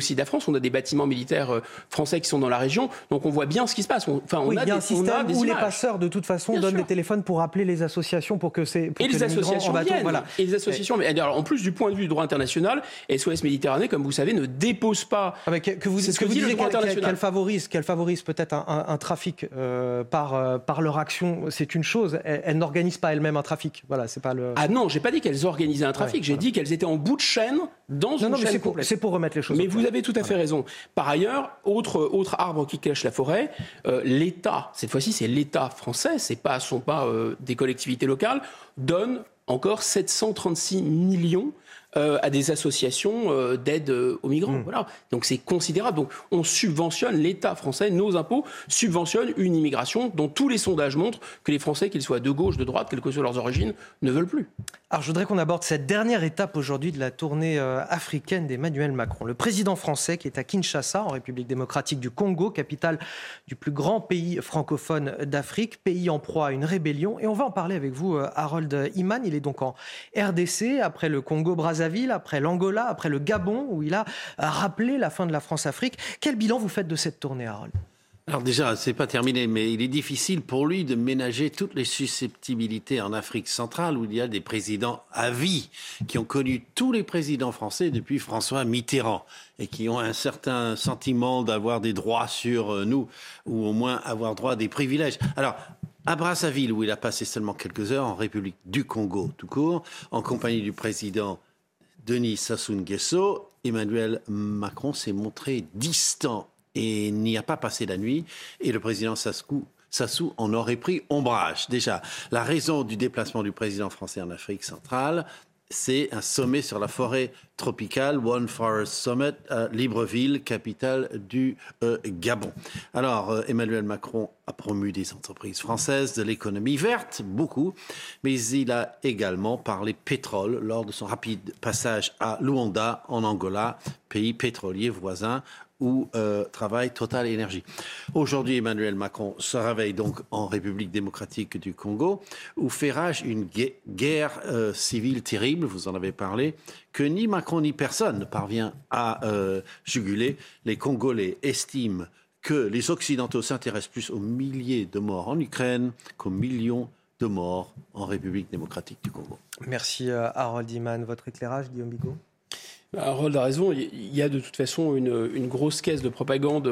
Speaker 4: aussi de la France. On a des bâtiments militaires euh, français qui sont dans la région. Donc on voit bien ce qui se passe. On, enfin, on
Speaker 3: oui,
Speaker 4: a
Speaker 3: il y a
Speaker 4: des,
Speaker 3: un système où
Speaker 4: images.
Speaker 3: les passeurs, de toute façon, bien donnent sûr. des téléphones pour appeler les associations pour que c'est pour
Speaker 4: et
Speaker 3: que
Speaker 4: les,
Speaker 3: les
Speaker 4: associations
Speaker 3: en bateau,
Speaker 4: viennent.
Speaker 3: Voilà.
Speaker 4: Et les associations. Mais alors, en plus du point de vue du droit international, S O S Méditerranée, comme vous savez, ne dépose pas.
Speaker 3: Ah, mais que, que vous,
Speaker 4: c'est
Speaker 3: ce que, que vous disiez qu'elle, qu'elle favorise, qu'elle favorise peut-être un, un, un trafic euh, par euh, par leur action, c'est une chose. Elle, elle n'organise pas elle-même un trafic. Voilà, c'est pas le.
Speaker 4: Ah non, j'ai pas dit qu'elles organisaient un trafic. Ouais, j'ai voilà. dit qu'elles étaient en bout de chaîne dans
Speaker 3: non,
Speaker 4: une
Speaker 3: non,
Speaker 4: chaîne
Speaker 3: c'est
Speaker 4: complète.
Speaker 3: Pour, c'est pour remettre les choses.
Speaker 4: Mais vous avez tout à fait voilà. raison. Par ailleurs, autre autre arbre qui cache la forêt, euh, l'État. Cette fois-ci, c'est l'État français. C'est pas sont pas euh, des collectivités locales. Donne encore sept cent trente-six millions euh, à des associations euh, d'aide euh, aux migrants. Mmh. Voilà. Donc c'est considérable. Donc on subventionne, l'État français, nos impôts subventionnent une immigration dont tous les sondages montrent que les Français, qu'ils soient de gauche, de droite, quelles que soient leurs origines, ne veulent plus.
Speaker 3: Alors je voudrais qu'on aborde cette dernière étape aujourd'hui de la tournée euh, africaine d'Emmanuel Macron. Le président français qui est à Kinshasa, en République démocratique du Congo, capitale du plus grand pays francophone d'Afrique, pays en proie à une rébellion. Et on va en parler avec vous, euh, Harold Iman. Il est donc en R D C, après le Congo-Brazzaville, après l'Angola, après le Gabon, où il a rappelé la fin de la France-Afrique. Quel bilan vous faites de cette tournée, Harold ?
Speaker 14: Alors déjà, c'est pas terminé, mais il est difficile pour lui de ménager toutes les susceptibilités en Afrique centrale, où il y a des présidents à vie, qui ont connu tous les présidents français depuis François Mitterrand, et qui ont un certain sentiment d'avoir des droits sur nous, ou au moins avoir droit à des privilèges. Alors, à Brazzaville, où il a passé seulement quelques heures, en République du Congo tout court, en compagnie du président Denis Sassou Nguesso, Emmanuel Macron s'est montré distant et n'y a pas passé la nuit. Et le président Sassou, Sassou en aurait pris ombrage. Déjà, la raison du déplacement du président français en Afrique centrale, c'est un sommet sur la forêt tropicale, One Forest Summit, à Libreville, capitale du euh, Gabon. Alors, euh, Emmanuel Macron a promu des entreprises françaises, de l'économie verte, beaucoup, mais il a également parlé pétrole lors de son rapide passage à Luanda, en Angola, pays pétrolier voisin, où euh, travaille Total Énergie. Aujourd'hui, Emmanuel Macron se réveille donc en République démocratique du Congo, où fait rage une gue- guerre euh, civile terrible, vous en avez parlé, que ni Macron ni personne ne parvient à euh, juguler. Les Congolais estiment que les Occidentaux s'intéressent plus aux milliers de morts en Ukraine qu'aux millions de morts en République démocratique du Congo.
Speaker 3: Merci euh, Harold Iman. Votre éclairage, Guillaume Bigot ?
Speaker 4: Harold a raison, il y a de toute façon une, une grosse caisse de propagande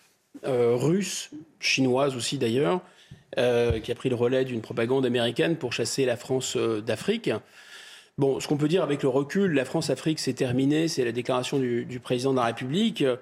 Speaker 4: euh, russe, chinoise aussi d'ailleurs, euh, qui a pris le relais d'une propagande américaine pour chasser la France euh, d'Afrique. Bon, ce qu'on peut dire avec le recul, la France-Afrique c'est terminé, c'est la déclaration du, du président de la République. Euh,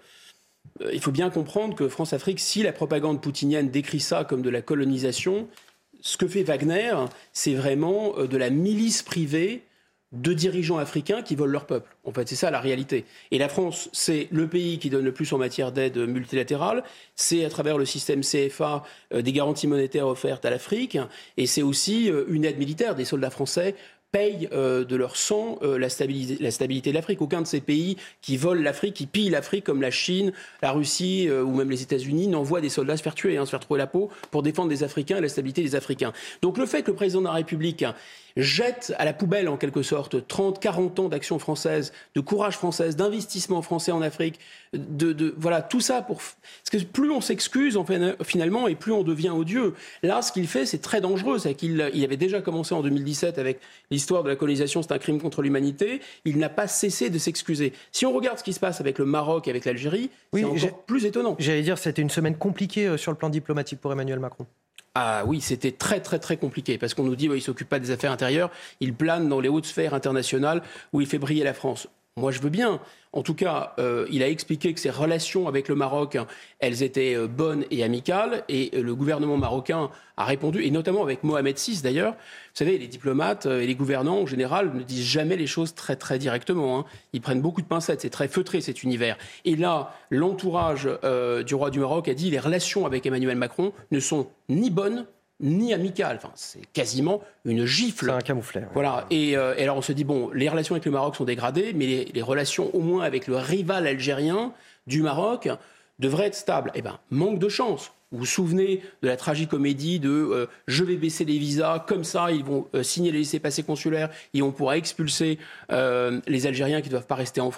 Speaker 4: il faut bien comprendre que France-Afrique, si la propagande poutinienne décrit ça comme de la colonisation, ce que fait Wagner, c'est vraiment euh, de la milice privée de dirigeants africains qui volent leur peuple. En fait, c'est ça la réalité. Et la France, c'est le pays qui donne le plus en matière d'aide multilatérale. C'est à travers le système C F A euh, des garanties monétaires offertes à l'Afrique. Et c'est aussi euh, une aide militaire. Des soldats français payent euh, de leur sang euh, la, stabilité, la stabilité de l'Afrique. Aucun de ces pays qui volent l'Afrique, qui pillent l'Afrique, comme la Chine, la Russie euh, ou même les États-Unis, n'envoient des soldats se faire tuer, hein, se faire trouver la peau pour défendre les Africains et la stabilité des Africains. Donc le fait que le président de la République jette à la poubelle, en quelque sorte, trente, quarante ans d'action française, de courage française, d'investissement français en Afrique, de, de voilà, tout ça pour... Parce que plus on s'excuse, en fait, finalement, et plus on devient odieux. Là, ce qu'il fait, c'est très dangereux. C'est qu'il il avait déjà commencé en deux mille dix-sept avec l'histoire de la colonisation, c'est un crime contre l'humanité. Il n'a pas cessé de s'excuser. Si on regarde ce qui se passe avec le Maroc et avec l'Algérie, oui, c'est encore j'ai, plus étonnant.
Speaker 3: J'allais dire, c'était une semaine compliquée sur le plan diplomatique pour Emmanuel Macron.
Speaker 4: Ah oui, c'était très très très compliqué parce qu'on nous dit qu'il ouais, ne s'occupe pas des affaires intérieures, il plane dans les hautes sphères internationales où il fait briller la France. Moi, je veux bien. En tout cas, euh, il a expliqué que ses relations avec le Maroc, hein, elles étaient euh, bonnes et amicales. Et euh, le gouvernement marocain a répondu, et notamment avec Mohamed six d'ailleurs. Vous savez, les diplomates euh, et les gouvernants, en général, ne disent jamais les choses très très directement. Hein. Ils prennent beaucoup de pincettes. C'est très feutré, cet univers. Et là, l'entourage euh, du roi du Maroc a dit les relations avec Emmanuel Macron ne sont ni bonnes, ni amical. Enfin, c'est quasiment une gifle.
Speaker 3: C'est un camouflet. Ouais.
Speaker 4: Voilà. Et, euh, et alors on se dit, bon, les relations avec le Maroc sont dégradées, mais les, les relations au moins avec le rival algérien du Maroc devraient être stables. Eh bien, manque de chance. Vous vous souvenez de la tragicomédie de euh, « je vais baisser les visas, comme ça ils vont euh, signer les laissez-passer consulaires et on pourra expulser euh, les Algériens qui ne doivent pas rester en France ».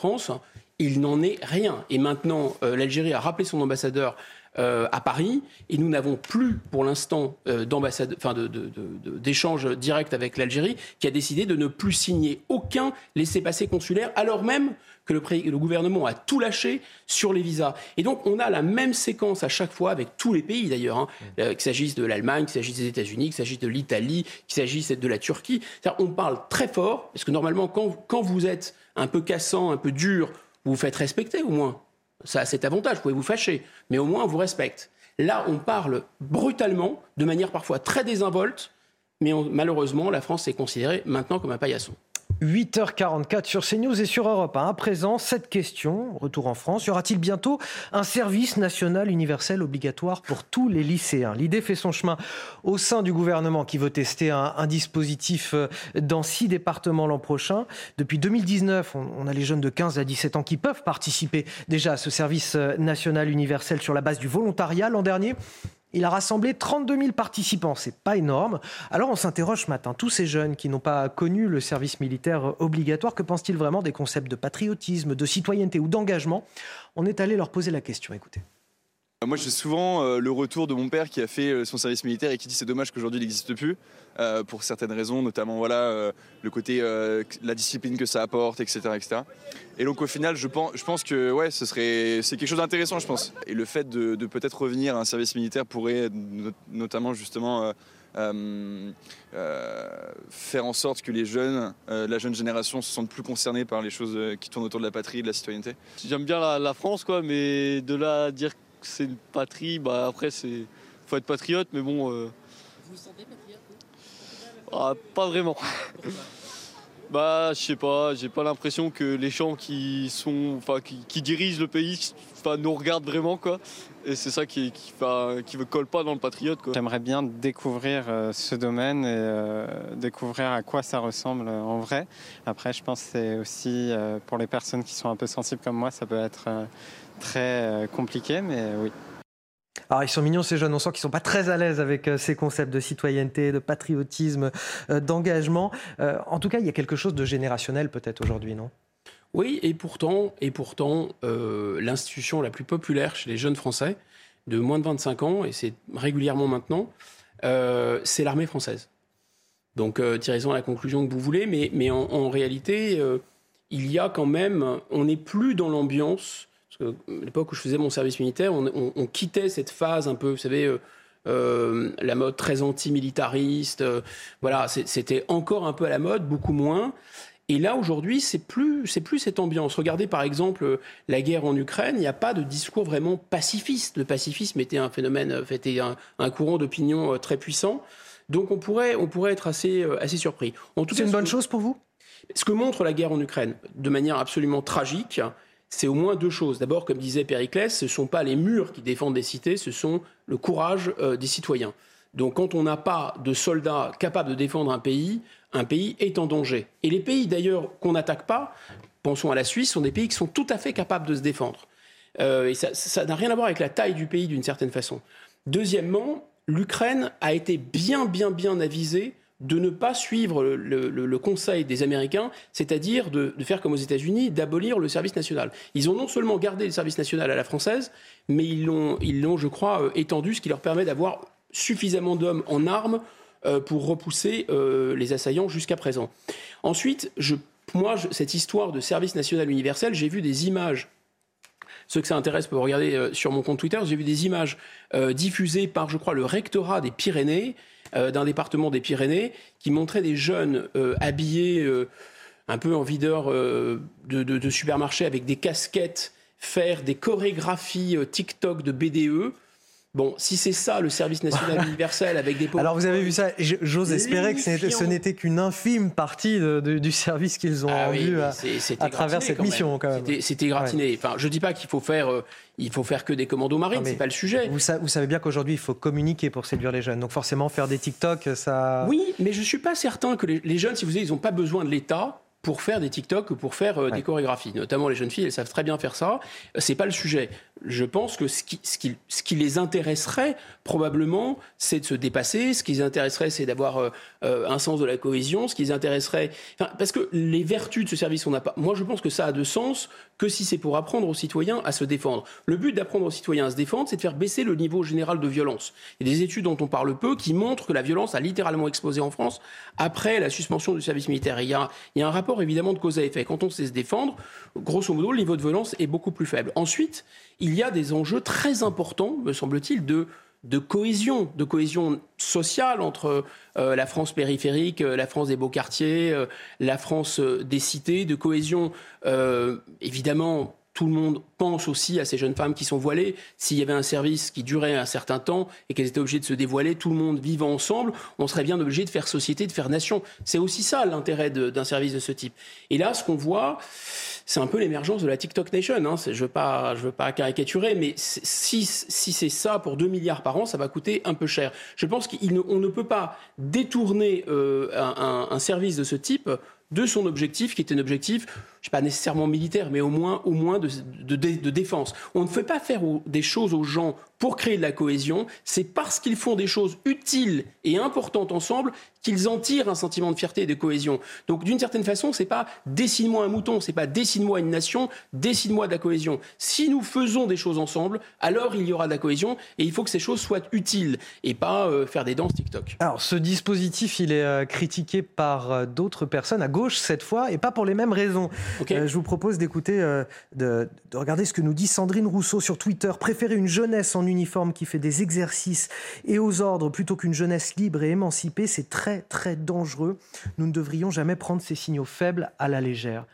Speaker 4: il n'en est rien. Et maintenant, euh, l'Algérie a rappelé son ambassadeur euh, à Paris, et nous n'avons plus, pour l'instant, euh, enfin de, de, de, d'échange direct avec l'Algérie, qui a décidé de ne plus signer aucun laissez-passer consulaire, alors même que le, pré- le gouvernement a tout lâché sur les visas. Et donc, on a la même séquence à chaque fois, avec tous les pays d'ailleurs, hein, euh, qu'il s'agisse de l'Allemagne, qu'il s'agisse des États-Unis, qu'il s'agisse de l'Italie, qu'il s'agisse de la Turquie. C'est-à-dire, on parle très fort, parce que normalement, quand, quand vous êtes un peu cassant, un peu dur, vous vous faites respecter au moins. Ça a cet avantage, vous pouvez vous fâcher, mais au moins on vous respecte. Là, on parle brutalement, de manière parfois très désinvolte, mais on, malheureusement, la France est considérée maintenant comme un paillasson.
Speaker 3: huit heures quarante-quatre sur CNews et sur Europe un. À présent, cette question, retour en France, y aura-t-il bientôt un service national universel obligatoire pour tous les lycéens ? L'idée fait son chemin au sein du gouvernement qui veut tester un, un dispositif dans six départements l'an prochain. Depuis deux mille dix-neuf, on, on a les jeunes de quinze à dix-sept ans qui peuvent participer déjà à ce service national universel sur la base du volontariat. L'an dernier, il a rassemblé trente-deux mille participants, c'est pas énorme. Alors on s'interroge ce matin, tous ces jeunes qui n'ont pas connu le service militaire obligatoire, que pensent-ils vraiment des concepts de patriotisme, de citoyenneté ou d'engagement ? On est allé leur poser la question, écoutez.
Speaker 15: Moi, j'ai souvent euh, le retour de mon père qui a fait euh, son service militaire et qui dit c'est dommage qu'aujourd'hui il n'existe plus euh, pour certaines raisons, notamment voilà euh, le côté euh, la discipline que ça apporte, et cetera, et cetera. Et donc au final, je pense, je pense que ouais, ce serait c'est quelque chose d'intéressant, je pense. Et le fait de, de peut-être revenir à un service militaire pourrait not- notamment justement euh, euh, euh, faire en sorte que les jeunes, euh, la jeune génération, se sentent plus concernés par les choses qui tournent autour de la patrie et de la citoyenneté.
Speaker 16: J'aime bien la, la France, quoi, mais de là à dire c'est une patrie, bah après c'est faut être patriote, mais bon. Euh... Vous vous sentez patriote ah, pas vraiment. Bah je sais pas, j'ai pas l'impression que les gens qui sont, enfin qui, qui dirigent le pays, enfin nous regardent vraiment quoi. Et c'est ça qui qui, enfin, qui me colle pas dans le patriote quoi.
Speaker 17: J'aimerais bien découvrir euh, ce domaine et euh, découvrir à quoi ça ressemble euh, en vrai. Après je pense que c'est aussi euh, pour les personnes qui sont un peu sensibles comme moi, ça peut être euh, très compliqué, mais oui.
Speaker 3: Alors ils sont mignons ces jeunes, on sent qu'ils ne sont pas très à l'aise avec ces concepts de citoyenneté, de patriotisme, d'engagement. En tout cas, il y a quelque chose de générationnel peut-être aujourd'hui, non ?
Speaker 4: Oui, et pourtant, et pourtant euh, l'institution la plus populaire chez les jeunes Français de moins de vingt-cinq ans, et c'est régulièrement maintenant, euh, c'est l'armée française. Donc euh, tirez-en la conclusion que vous voulez, mais, mais en, en réalité, euh, il y a quand même, on n'est plus dans l'ambiance. Parce que, à l'époque où je faisais mon service militaire, on, on, on quittait cette phase un peu, vous savez, euh, euh, la mode très anti-militariste. Euh, voilà, c'est, c'était encore un peu à la mode, beaucoup moins. Et là, aujourd'hui, c'est plus, c'est plus cette ambiance. Regardez, par exemple, la guerre en Ukraine, il n'y a pas de discours vraiment pacifiste. Le pacifisme était un phénomène, était un, un courant d'opinion très puissant. Donc, on pourrait, on pourrait être assez, assez surpris. En tout
Speaker 3: c'est
Speaker 4: cas,
Speaker 3: une bonne
Speaker 4: ce,
Speaker 3: chose pour vous ?
Speaker 4: Ce que montre la guerre en Ukraine, de manière absolument tragique, c'est au moins deux choses. D'abord, comme disait Périclès, ce ne sont pas les murs qui défendent des cités, ce sont le courage euh, des citoyens. Donc quand on n'a pas de soldats capables de défendre un pays, un pays est en danger. Et les pays d'ailleurs qu'on n'attaque pas, pensons à la Suisse, sont des pays qui sont tout à fait capables de se défendre. Euh, et ça, ça n'a rien à voir avec la taille du pays d'une certaine façon. Deuxièmement, l'Ukraine a été bien, bien, bien avisée de ne pas suivre le, le, le conseil des Américains, c'est-à-dire de, de faire comme aux États-Unis, d'abolir le service national. Ils ont non seulement gardé le service national à la française, mais ils l'ont, ils l'ont je crois, étendu, ce qui leur permet d'avoir suffisamment d'hommes en armes euh, pour repousser euh, les assaillants jusqu'à présent. Ensuite, je, moi, je, cette histoire de service national universel, j'ai vu des images. Ceux que ça intéresse peuvent regarder euh, sur mon compte Twitter. J'ai vu des images euh, diffusées par, je crois, le rectorat des Pyrénées, euh, d'un département des Pyrénées, qui montraient des jeunes euh, habillés euh, un peu en videur euh, de, de, de supermarché avec des casquettes, faire des chorégraphies euh, TikTok de B D E. Bon, si c'est ça le service national universel avec des...
Speaker 3: Alors vous avez vu ça, j'ose espérer que ce n'était qu'une infime partie de, de, du service qu'ils ont ah rendu oui, à, à travers cette quand mission. Quand même.
Speaker 4: C'était, c'était gratiné. Ouais. Enfin, je ne dis pas qu'il faut faire, euh, il faut faire que des commandos marines, ce n'est pas le sujet.
Speaker 3: Vous, vous savez bien qu'aujourd'hui, il faut communiquer pour séduire les jeunes. Donc forcément, faire des TikTok, ça...
Speaker 4: Oui, mais je ne suis pas certain que les, les jeunes, si vous voulez, ils n'ont pas besoin de l'État pour faire des TikTok ou pour faire euh, ouais. des chorégraphies. Notamment les jeunes filles, elles savent très bien faire ça. C'est pas le sujet. Je pense que ce qui, ce qui, ce qui les intéresserait probablement, c'est de se dépasser. Ce qui les intéresserait, c'est d'avoir euh, un sens de la cohésion. Ce qui les intéresserait, enfin, parce que les vertus de ce service, on n'a pas. Moi, je pense que ça a de sens que si c'est pour apprendre aux citoyens à se défendre. Le but d'apprendre aux citoyens à se défendre, c'est de faire baisser le niveau général de violence. Il y a des études dont on parle peu qui montrent que la violence a littéralement explosé en France après la suspension du service militaire. Et il y a, il y a un rapport évidemment de cause à effet. Quand on sait se défendre, grosso modo, le niveau de violence est beaucoup plus faible. Ensuite, il y a des enjeux très importants, me semble-t-il, de, de cohésion, de cohésion sociale entre euh, la France périphérique, euh, la France des beaux quartiers, euh, la France euh, des cités, de cohésion, euh, évidemment. Tout le monde pense aussi à ces jeunes femmes qui sont voilées. S'il y avait un service qui durait un certain temps et qu'elles étaient obligées de se dévoiler, tout le monde vivant ensemble, on serait bien obligé de faire société, de faire nation. C'est aussi ça l'intérêt de, d'un service de ce type. Et là, ce qu'on voit, c'est un peu l'émergence de la TikTok Nation. Hein. Je ne veux pas, je veux pas caricaturer, mais si, si c'est ça pour deux milliards par an, ça va coûter un peu cher. Je pense qu'on ne, ne peut pas détourner euh, un, un, un service de ce type de son objectif, qui est un objectif, je ne sais pas nécessairement militaire, mais au moins, au moins de, de, de défense. On ne fait pas faire des choses aux gens pour créer de la cohésion, c'est parce qu'ils font des choses utiles et importantes ensemble qu'ils en tirent un sentiment de fierté et de cohésion. Donc d'une certaine façon, c'est pas dessine-moi un mouton, c'est pas dessine-moi une nation, dessine-moi de la cohésion. Si nous faisons des choses ensemble, alors il y aura de la cohésion et il faut que ces choses soient utiles et pas euh, faire des danses TikTok.
Speaker 3: Alors ce dispositif, il est euh, critiqué par euh, d'autres personnes, à gauche cette fois, et pas pour les mêmes raisons. Okay. Euh, je vous propose d'écouter, euh, de, de regarder ce que nous dit Sandrine Rousseau sur Twitter. Préférer une jeunesse en uniforme qui fait des exercices et aux ordres plutôt qu'une jeunesse libre et émancipée, c'est très très dangereux. Nous ne devrions jamais prendre ces signaux faibles à la légère.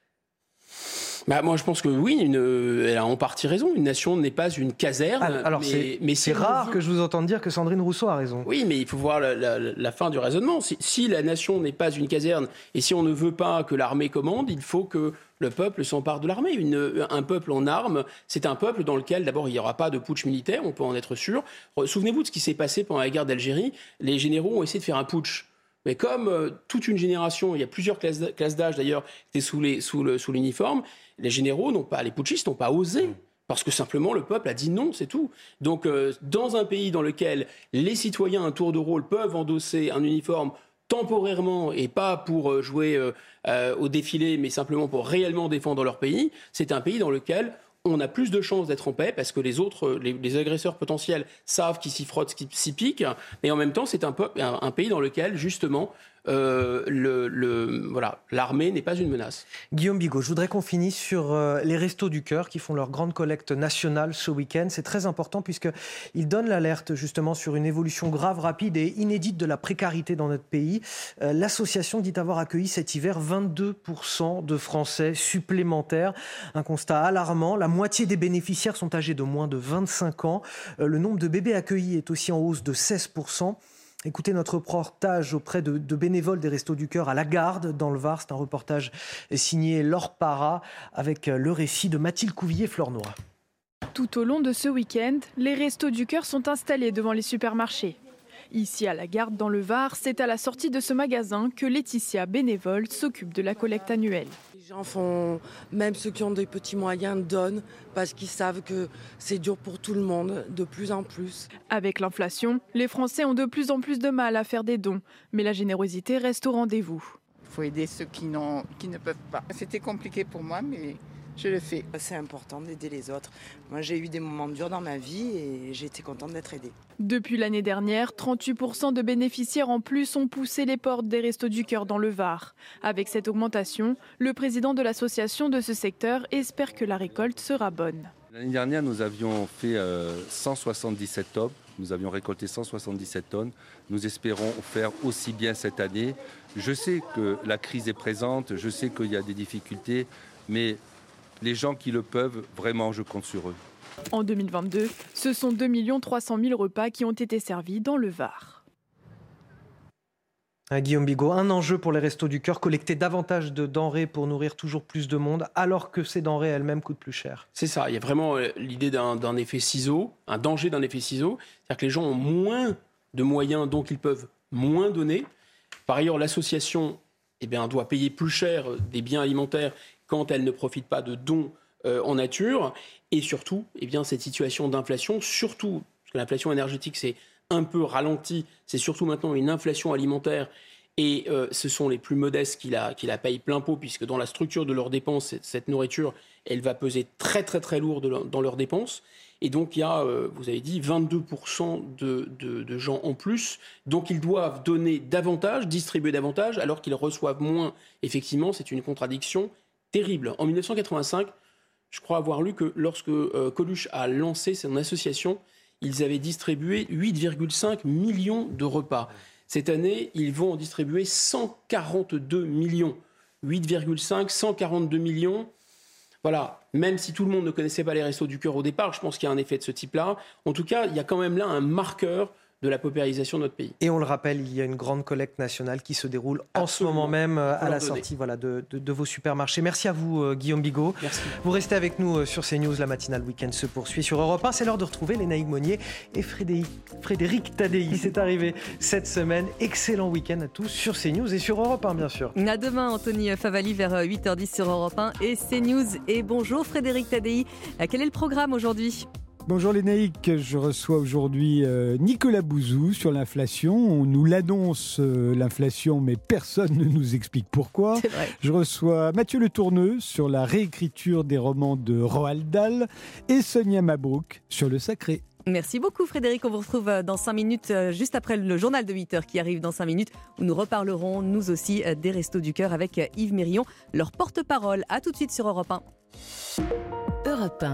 Speaker 4: Bah, moi, je pense que oui, une, elle a en partie raison. Une nation n'est pas une caserne.
Speaker 3: Alors, alors
Speaker 4: mais,
Speaker 3: c'est,
Speaker 4: mais
Speaker 3: c'est rare veut... que je vous entende dire que Sandrine Rousseau a raison.
Speaker 4: Oui, mais il faut voir la, la, la fin du raisonnement. Si, si la nation n'est pas une caserne et si on ne veut pas que l'armée commande, il faut que le peuple s'empare de l'armée. Une, un peuple en armes, c'est un peuple dans lequel, d'abord, il n'y aura pas de putsch militaire, on peut en être sûr. Souvenez-vous de ce qui s'est passé pendant la guerre d'Algérie. Les généraux ont essayé de faire un putsch. Mais comme euh, toute une génération, il y a plusieurs classes, classes d'âge d'ailleurs, qui étaient sous, les, sous, le, sous l'uniforme, les généraux n'ont pas, les putschistes n'ont pas osé. Parce que simplement le peuple a dit non, c'est tout. Donc euh, dans un pays dans lequel les citoyens, à tour de rôle, peuvent endosser un uniforme temporairement et pas pour jouer euh, euh, au défilé, mais simplement pour réellement défendre leur pays, c'est un pays dans lequel on a plus de chances d'être en paix parce que les autres, les, les agresseurs potentiels savent qu'ils s'y frottent, qu'ils s'y piquent, mais en même temps, c'est un, peu, un, un pays dans lequel, justement, euh, le, le, voilà, l'armée n'est pas une menace.
Speaker 3: Guillaume Bigot, je voudrais qu'on finisse sur euh, les Restos du Cœur qui font leur grande collecte nationale ce week-end. C'est très important puisqu'ils donnent l'alerte justement sur une évolution grave, rapide et inédite de la précarité dans notre pays. Euh, l'association dit avoir accueilli cet hiver vingt-deux pour cent de Français supplémentaires. Un constat alarmant. La moitié des bénéficiaires sont âgés de moins de vingt-cinq ans. Euh, le nombre de bébés accueillis est aussi en hausse de seize pour cent. Écoutez notre reportage auprès de, de bénévoles des Restos du Cœur à La Garde, dans le Var. C'est un reportage signé Laure Parra avec le récit de Mathilde Couvillier-Flornois.
Speaker 18: Tout au long de ce week-end, les Restos du Cœur sont installés devant les supermarchés. Ici à La Garde, dans le Var, c'est à la sortie de ce magasin que Laetitia, bénévole, s'occupe de la collecte annuelle.
Speaker 19: Les gens font, même ceux qui ont des petits moyens, donnent parce qu'ils savent que c'est dur pour tout le monde, de plus en plus.
Speaker 18: Avec l'inflation, les Français ont de plus en plus de mal à faire des dons, mais la générosité reste au rendez-vous.
Speaker 20: Il faut aider ceux qui, n'ont, qui ne peuvent pas. C'était compliqué pour moi, mais je le fais.
Speaker 19: C'est important d'aider les autres. Moi, j'ai eu des moments durs dans ma vie et j'ai été contente d'être aidée.
Speaker 18: Depuis l'année dernière, trente-huit pour cent de bénéficiaires en plus ont poussé les portes des Restos du Cœur dans le Var. Avec cette augmentation, le président de l'association de ce secteur espère que la récolte sera bonne.
Speaker 21: L'année dernière, nous avions fait euh, cent soixante-dix-sept tonnes. Nous avions récolté cent soixante-dix-sept tonnes. Nous espérons faire aussi bien cette année. Je sais que la crise est présente, je sais qu'il y a des difficultés, mais les gens qui le peuvent, vraiment, je compte sur eux.
Speaker 18: En deux mille vingt-deux, ce sont deux millions trois cent mille repas qui ont été servis dans le Var.
Speaker 3: Ah, Guillaume Bigot, un enjeu pour les Restos du Cœur, collecter davantage de denrées pour nourrir toujours plus de monde, alors que ces denrées elles-mêmes coûtent plus cher.
Speaker 4: C'est ça, il y a vraiment l'idée d'un, d'un effet ciseau, un danger d'un effet ciseau, c'est-à-dire que les gens ont moins de moyens, donc ils peuvent moins donner. Par ailleurs, l'association eh bien, doit payer plus cher des biens alimentaires quand elle ne profite pas de dons euh, en nature. Et surtout, eh bien, cette situation d'inflation, surtout, parce que l'inflation énergétique c'est un peu ralenti, c'est surtout maintenant une inflation alimentaire. Et euh, ce sont les plus modestes qui la, qui la payent plein pot, puisque dans la structure de leurs dépenses, cette nourriture, elle va peser très très très lourd de leur, dans leurs dépenses. Et donc il y a, euh, vous avez dit, vingt-deux pour cent de, de, de gens en plus. Donc ils doivent donner davantage, distribuer davantage, alors qu'ils reçoivent moins. Effectivement, c'est une contradiction terrible. En dix-neuf cent quatre-vingt-cinq, je crois avoir lu que lorsque euh, Coluche a lancé son association, ils avaient distribué huit virgule cinq millions de repas. Cette année, ils vont en distribuer cent quarante-deux millions. huit virgule cinq, cent quarante-deux millions. Voilà, même si tout le monde ne connaissait pas les Restos du Cœur au départ, je pense qu'il y a un effet de ce type-là. En tout cas, il y a quand même là un marqueur de la paupérisation de notre pays.
Speaker 3: Et on le rappelle, il y a une grande collecte nationale qui se déroule Absolument. en ce moment même à la sortie voilà, de, de, de vos supermarchés. Merci à vous, euh, Guillaume Bigot.
Speaker 4: Merci.
Speaker 3: Vous restez avec nous euh, sur CNews. La matinale week-end se poursuit sur Europe un. C'est l'heure de retrouver Lénaïque Monnier et Frédéric, Frédéric Tadei. C'est arrivé cette semaine. Excellent week-end à tous sur CNews et sur Europe un, bien sûr.
Speaker 2: À demain, Anthony Favali, vers huit heures dix sur Europe un et CNews. Et bonjour Frédéric Tadei. Quel est le programme aujourd'hui ?
Speaker 22: Bonjour Lénaïque, je reçois aujourd'hui euh, Nicolas Bouzou sur l'inflation. On nous l'annonce, euh, l'inflation, mais personne ne nous explique pourquoi.
Speaker 2: C'est vrai.
Speaker 22: Je reçois Mathieu Le Tourneux sur la réécriture des romans de Roald Dahl et Sonia Mabrouk sur le sacré.
Speaker 2: Merci beaucoup Frédéric, on vous retrouve dans cinq minutes, juste après le journal de huit heures qui arrive dans cinq minutes, où nous reparlerons, nous aussi, des Restos du Cœur avec Yves Mérion, leur porte-parole. A tout de suite sur Europe un.
Speaker 23: Europe un.